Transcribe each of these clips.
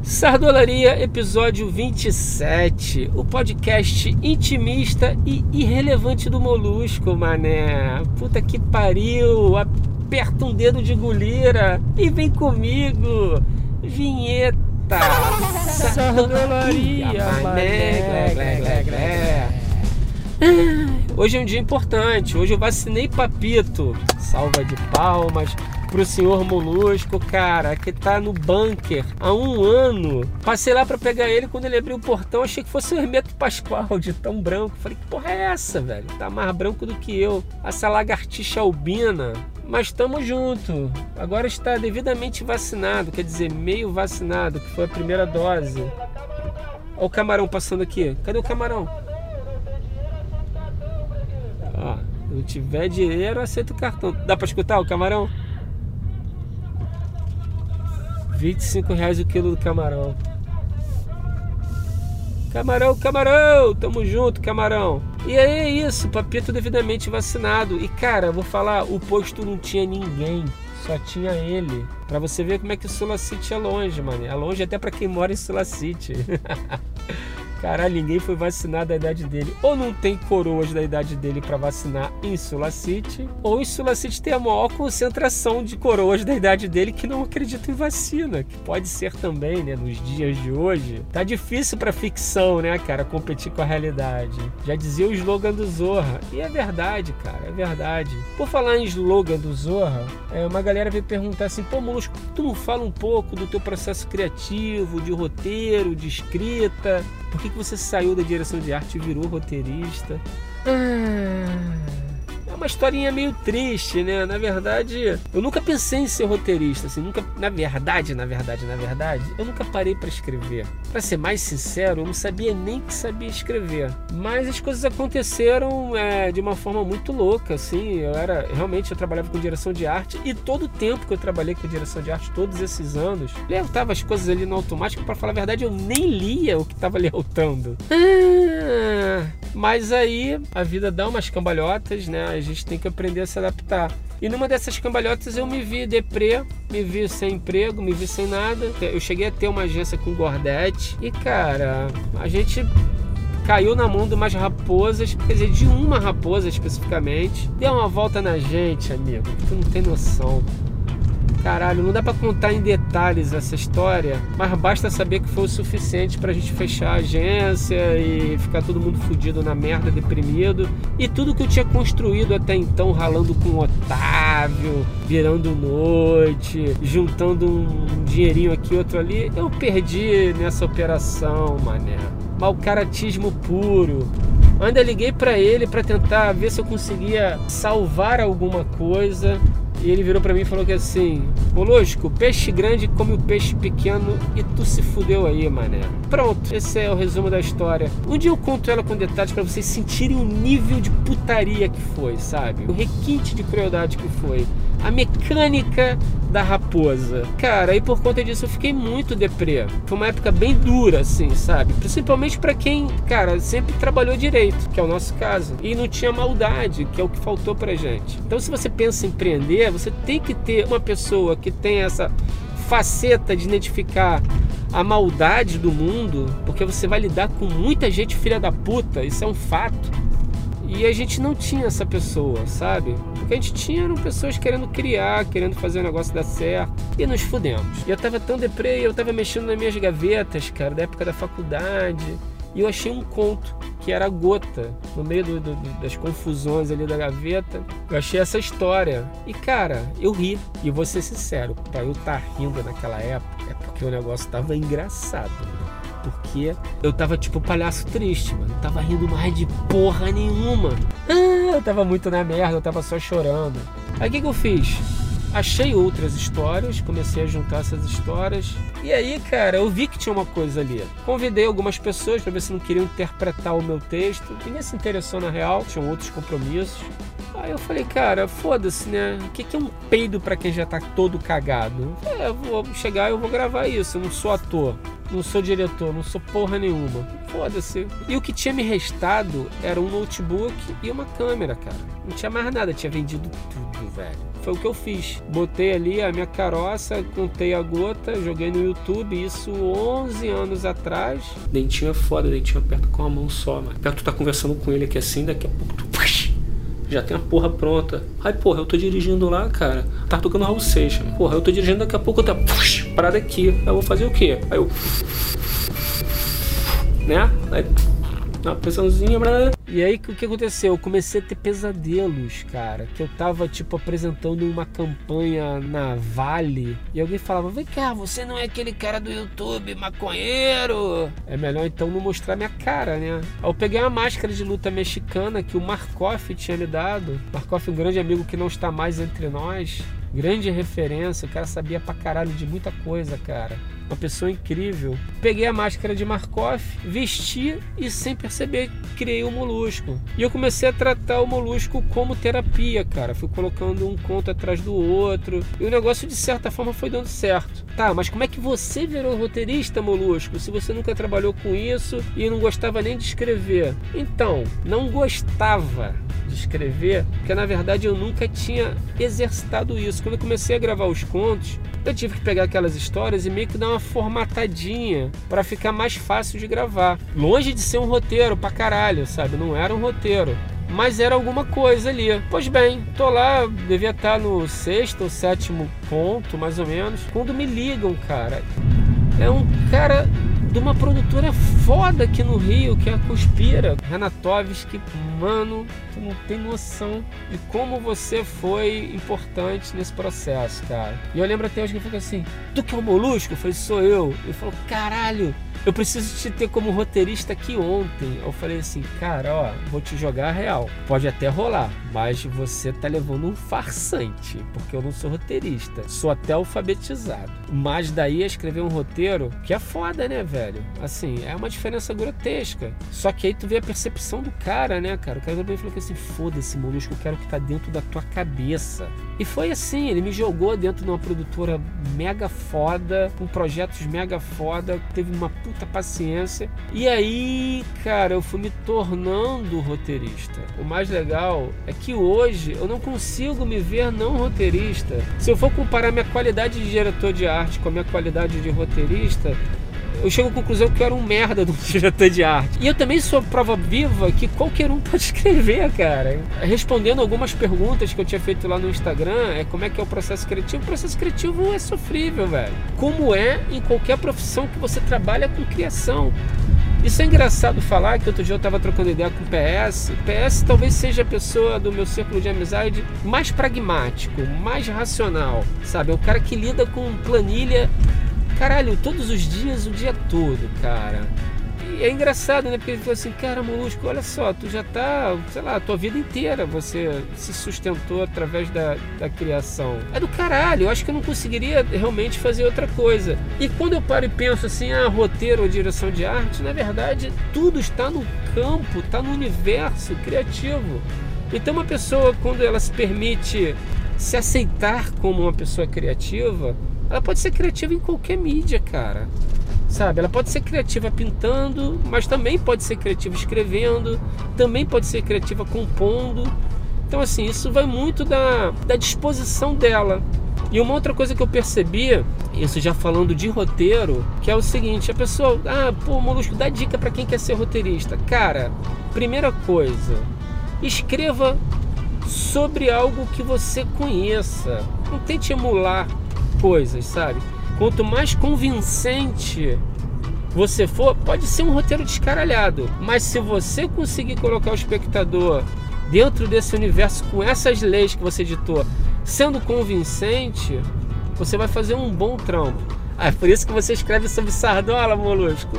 Sardolaria, episódio 27, o podcast intimista e irrelevante do Molusco, mané. Puta que pariu, aperta um dedo de gulira e vem comigo. Vinheta. Sardolaria, mané. Hoje é um dia importante, hoje eu vacinei Papito. Salva de palmas pro senhor Molusco, cara, que tá no bunker há 1 ano. Passei lá pra pegar ele, quando ele abriu o portão, achei que fosse o Hermeto Pascoal, de tão branco. Falei, que porra é essa, velho? Tá mais branco do que eu. Essa lagartixa albina. Mas tamo junto. Agora está devidamente vacinado, quer dizer, meio vacinado, que foi a primeira dose. Olha o camarão passando aqui. Cadê o camarão? Ó, se não tiver dinheiro, aceita o cartão. Dá pra escutar o camarão? R$25 o quilo do camarão. Camarão, tamo junto, camarão. E aí é isso, Papito devidamente vacinado. E cara, vou falar, o posto não tinha ninguém, só tinha ele. Pra você ver como é que o Sulacite é longe, mano. É longe até pra quem mora em Sulacite. Caralho, ninguém foi vacinado da idade dele. Ou não tem coroas da idade dele para vacinar em Sulacite, ou em Sulacite tem a maior concentração de coroas da idade dele que não acreditam em vacina, que pode ser também, né, nos dias de hoje. Tá difícil para ficção, né, cara, competir com a realidade. Já dizia o slogan do Zorra, e é verdade, cara, é verdade. Por falar em slogan do Zorra, uma galera veio perguntar assim, pô, Molusco, tu não fala um pouco do teu processo criativo, de roteiro, de escrita? Por que você saiu da direção de arte e virou roteirista? É uma historinha meio triste, né? Na verdade, eu nunca pensei em ser roteirista, assim, nunca, na verdade, eu nunca parei para escrever. Para ser mais sincero, eu não sabia nem que sabia escrever. Mas as coisas aconteceram de uma forma muito louca, assim. Eu trabalhava com direção de arte e todo o tempo que eu trabalhei com direção de arte, todos esses anos, levava as coisas ali no automático. Para falar a verdade, eu nem lia o que estava leutando. Mas aí a vida dá umas cambalhotas, né? A gente tem que aprender a se adaptar. E numa dessas cambalhotas eu me vi deprê, me vi sem emprego, me vi sem nada. Eu cheguei a ter uma agência com Gordete e, cara, a gente caiu na mão de umas raposas, quer dizer, de uma raposa especificamente. Deu uma volta na gente, amigo, tu não tem noção. Caralho, não dá pra contar em detalhes essa história, mas basta saber que foi o suficiente pra gente fechar a agência e ficar todo mundo fudido na merda, deprimido. E tudo que eu tinha construído até então, ralando com o Otávio, virando noite, juntando um dinheirinho aqui, outro ali, eu perdi nessa operação, mané. Mau caratismo puro. Ainda liguei pra ele pra tentar ver se eu conseguia salvar alguma coisa. E ele virou pra mim e falou que assim, Molusco, peixe grande come o peixe pequeno e tu se fudeu aí, mané. Pronto, esse é o resumo da história. Um dia eu conto ela com detalhes pra vocês sentirem o nível de putaria que foi, sabe? O requinte de crueldade que foi. A mecânica da raposa. Cara, e por conta disso eu fiquei muito deprê. Foi uma época bem dura, assim, sabe? Principalmente pra quem, cara, sempre trabalhou direito, que é o nosso caso. E não tinha maldade, que é o que faltou pra gente. Então se você pensa em empreender, você tem que ter uma pessoa que tem essa faceta de identificar a maldade do mundo, porque você vai lidar com muita gente filha da puta, isso é um fato. E a gente não tinha essa pessoa, sabe? O que a gente tinha eram pessoas querendo criar, querendo fazer o negócio dar certo. E nos fudemos. E eu tava tão deprê, eu tava mexendo nas minhas gavetas, cara, da época da faculdade. E eu achei um conto, que era a Gota, no meio das confusões ali da gaveta. Eu achei essa história. E, cara, eu ri. E vou ser sincero, pra eu estar rindo naquela época, é porque o negócio tava engraçado, né? Porque eu tava tipo palhaço triste, mano. Não tava rindo mais de porra nenhuma. Eu tava muito na merda, eu tava só chorando. Aí o que eu fiz? Achei outras histórias, comecei a juntar essas histórias. E aí, cara, eu vi que tinha uma coisa ali. Convidei algumas pessoas pra ver se não queriam interpretar o meu texto. Ninguém se interessou na real, tinham outros compromissos. Aí eu falei, cara, foda-se, né? O que é um peido pra quem já tá todo cagado? Eu vou chegar e eu vou gravar isso, eu não sou ator. Não sou diretor, não sou porra nenhuma. Foda-se. E o que tinha me restado era um notebook e uma câmera, cara. Não tinha mais nada, tinha vendido tudo, velho. Foi o que eu fiz. Botei ali a minha caroça, contei a gota, joguei no YouTube, isso 11 anos atrás. Dentinho é foda, dentinho aperta com a mão só, mano. Tu tá conversando com ele aqui assim, daqui a pouco tu já tem a porra pronta. Aí, porra, eu tô dirigindo lá, cara. Tá tocando Raul Seixas. Porra, eu tô dirigindo, daqui a pouco eu tô parada aqui. Aí eu vou fazer o quê? Aí eu... né? Aí... uma pressãozinha. E aí, o que aconteceu? Eu comecei a ter pesadelos, cara. Que eu tava, tipo, apresentando uma campanha na Vale. E alguém falava, vem cá, você não é aquele cara do YouTube, maconheiro? É melhor, então, não mostrar minha cara, né? Aí eu peguei uma máscara de luta mexicana que o Markoff tinha me dado. Markoff, um grande amigo que não está mais entre nós. Grande referência, o cara sabia pra caralho de muita coisa, cara. Uma pessoa incrível. Peguei a máscara de Markoff, vesti e sem perceber criei o Molusco. E eu comecei a tratar o Molusco como terapia, cara. Fui colocando um conto atrás do outro. E o negócio, de certa forma, foi dando certo. Tá, mas como é que você virou roteirista, Molusco? Se você nunca trabalhou com isso e não gostava nem de escrever. Então, não gostava de escrever, porque na verdade eu nunca tinha exercitado isso. Quando eu comecei a gravar os contos, eu tive que pegar aquelas histórias e meio que dar uma formatadinha para ficar mais fácil de gravar. Longe de ser um roteiro pra caralho, sabe? Não era um roteiro, mas era alguma coisa ali. Pois bem, tô lá, devia estar no 6º ou 7º ponto, mais ou menos, quando me ligam, cara. É um cara de uma produtora foda aqui no Rio, que é a Conspira. Renatovski, mano, tu não tem noção de como você foi importante nesse processo, cara. E eu lembro até hoje que ele falou assim, tu que é o Molusco? Eu falei, sou eu. Ele falou, caralho, eu preciso te ter como roteirista aqui ontem. Eu falei assim, cara, ó, vou te jogar a real. Pode até rolar, mas você tá levando um farsante, porque eu não sou roteirista. Sou até alfabetizado. Mas daí a escrever um roteiro, que é foda, né, velho? Assim, é uma diferença grotesca. Só que aí tu vê a percepção do cara, né, cara? O cara também falou assim, foda-se, Molusco, eu quero que tá dentro da tua cabeça. E foi assim, ele me jogou dentro de uma produtora mega foda, com projetos mega foda, teve uma puta paciência. E aí, cara, eu fui me tornando roteirista. O mais legal é que hoje eu não consigo me ver não roteirista. Se eu for comparar minha qualidade de diretor de arte com a minha qualidade de roteirista, eu chego à conclusão que eu era um merda de um diretor de arte. E eu também sou prova viva que qualquer um pode escrever, cara. Respondendo algumas perguntas que eu tinha feito lá no Instagram, como é que é o processo criativo? O processo criativo é sofrível, velho. Como é em qualquer profissão que você trabalha com criação. Isso é engraçado falar, que outro dia eu estava trocando ideia com o PS. O PS talvez seja a pessoa do meu círculo de amizade mais pragmático, mais racional, sabe? É o cara que lida com planilha, caralho, todos os dias, o dia todo, cara. E é engraçado, né? Porque ele falou assim, cara, Molusco, olha só, tu já tá, sei lá, a tua vida inteira você se sustentou através da criação. É do caralho, eu acho que eu não conseguiria realmente fazer outra coisa. E quando eu paro e penso assim, roteiro ou direção de arte, na verdade, tudo está no campo, está no universo criativo. Então uma pessoa, quando ela se permite se aceitar como uma pessoa criativa, ela pode ser criativa em qualquer mídia, cara. Sabe? Ela pode ser criativa pintando, mas também pode ser criativa escrevendo, também pode ser criativa compondo. Então, assim, isso vai muito da disposição dela. E uma outra coisa que eu percebi, isso já falando de roteiro, que é o seguinte, a pessoa, pô, Molusco, dá dica pra quem quer ser roteirista. Cara, primeira coisa, escreva sobre algo que você conheça. Não tente emular coisas, sabe? Quanto mais convincente você for, pode ser um roteiro descaralhado, mas se você conseguir colocar o espectador dentro desse universo com essas leis que você editou, sendo convincente, você vai fazer um bom trampo. É por isso que você escreve sobre Sardola, Molusco.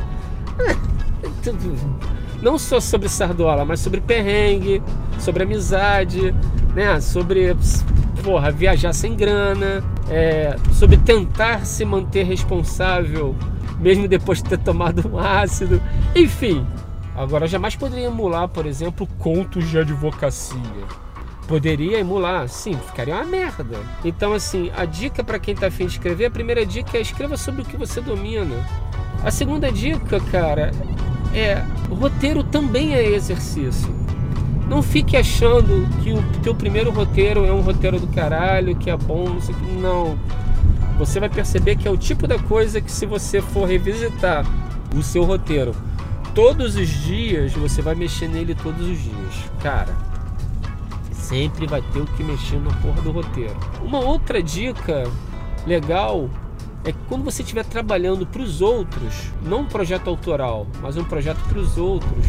Não só sobre Sardola, mas sobre perrengue, sobre amizade, né? Sobre, porra, viajar sem grana, sobre tentar se manter responsável mesmo depois de ter tomado um ácido, enfim. Agora, eu jamais poderia emular, por exemplo, contos de advocacia. Poderia emular, sim, ficaria uma merda. Então, assim, a dica para quem tá afim de escrever, a primeira dica é escreva sobre o que você domina. A segunda dica, cara, roteiro também é exercício. Não fique achando que o teu primeiro roteiro é um roteiro do caralho, que é bom, não sei o que. Não. Você vai perceber que é o tipo da coisa que, se você for revisitar o seu roteiro todos os dias, você vai mexer nele todos os dias. Cara, sempre vai ter o que mexer na porra do roteiro. Uma outra dica legal é que quando você estiver trabalhando para os outros, não um projeto autoral, mas um projeto para os outros,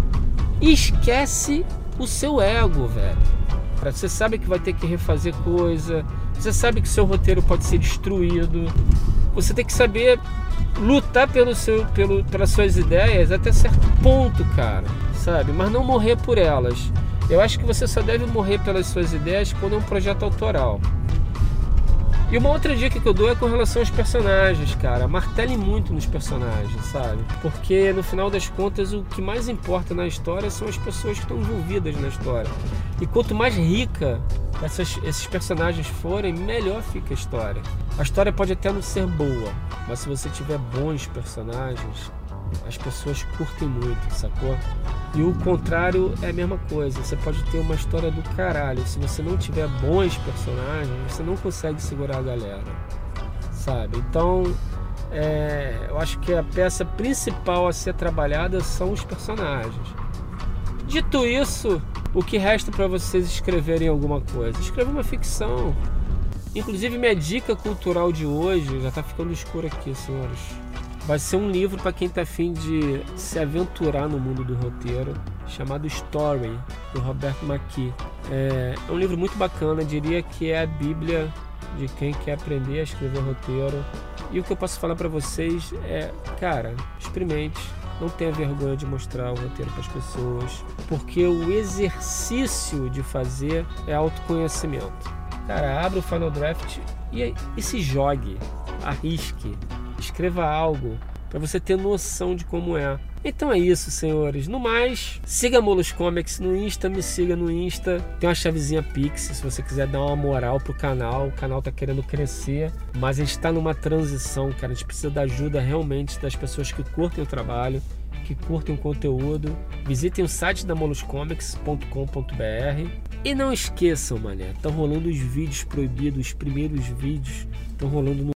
esquece o seu ego, velho. Você sabe que vai ter que refazer coisa, você sabe que seu roteiro pode ser destruído, você tem que saber lutar pelas suas ideias até certo ponto, cara, sabe? Mas não morrer por elas. Eu acho que você só deve morrer pelas suas ideias quando é um projeto autoral. E uma outra dica que eu dou é com relação aos personagens, cara. Martele muito nos personagens, sabe? Porque no final das contas o que mais importa na história são as pessoas que estão envolvidas na história. E quanto mais rica esses personagens forem, melhor fica a história. A história pode até não ser boa, mas se você tiver bons personagens, as pessoas curtem muito, sacou? E o contrário é a mesma coisa. Você pode ter uma história do caralho, se você não tiver bons personagens, você não consegue segurar a galera, sabe? Então, eu acho que a peça principal a ser trabalhada são os personagens. Dito isso, o que resta para vocês escreverem alguma coisa? Escreva uma ficção. Inclusive, minha dica cultural de hoje, já tá ficando escuro aqui, senhores, vai ser um livro para quem está a fim de se aventurar no mundo do roteiro, chamado Story, do Roberto McKee. É um livro muito bacana, diria que é a bíblia de quem quer aprender a escrever roteiro. E o que eu posso falar para vocês é, cara, experimente, não tenha vergonha de mostrar o roteiro para as pessoas, porque o exercício de fazer é autoconhecimento. Cara, abra o Final Draft e se jogue, arrisque. Escreva algo para você ter noção de como é. Então é isso, senhores. No mais, siga a Molos Comics no Insta, me siga no Insta. Tem uma chavezinha Pix, se você quiser dar uma moral pro canal. O canal tá querendo crescer, mas a gente tá numa transição, cara. A gente precisa da ajuda realmente das pessoas que curtem o trabalho, que curtem o conteúdo. Visitem o site da moloscomics.com.br. E não esqueçam, mané, estão rolando os vídeos proibidos, os primeiros vídeos estão rolando no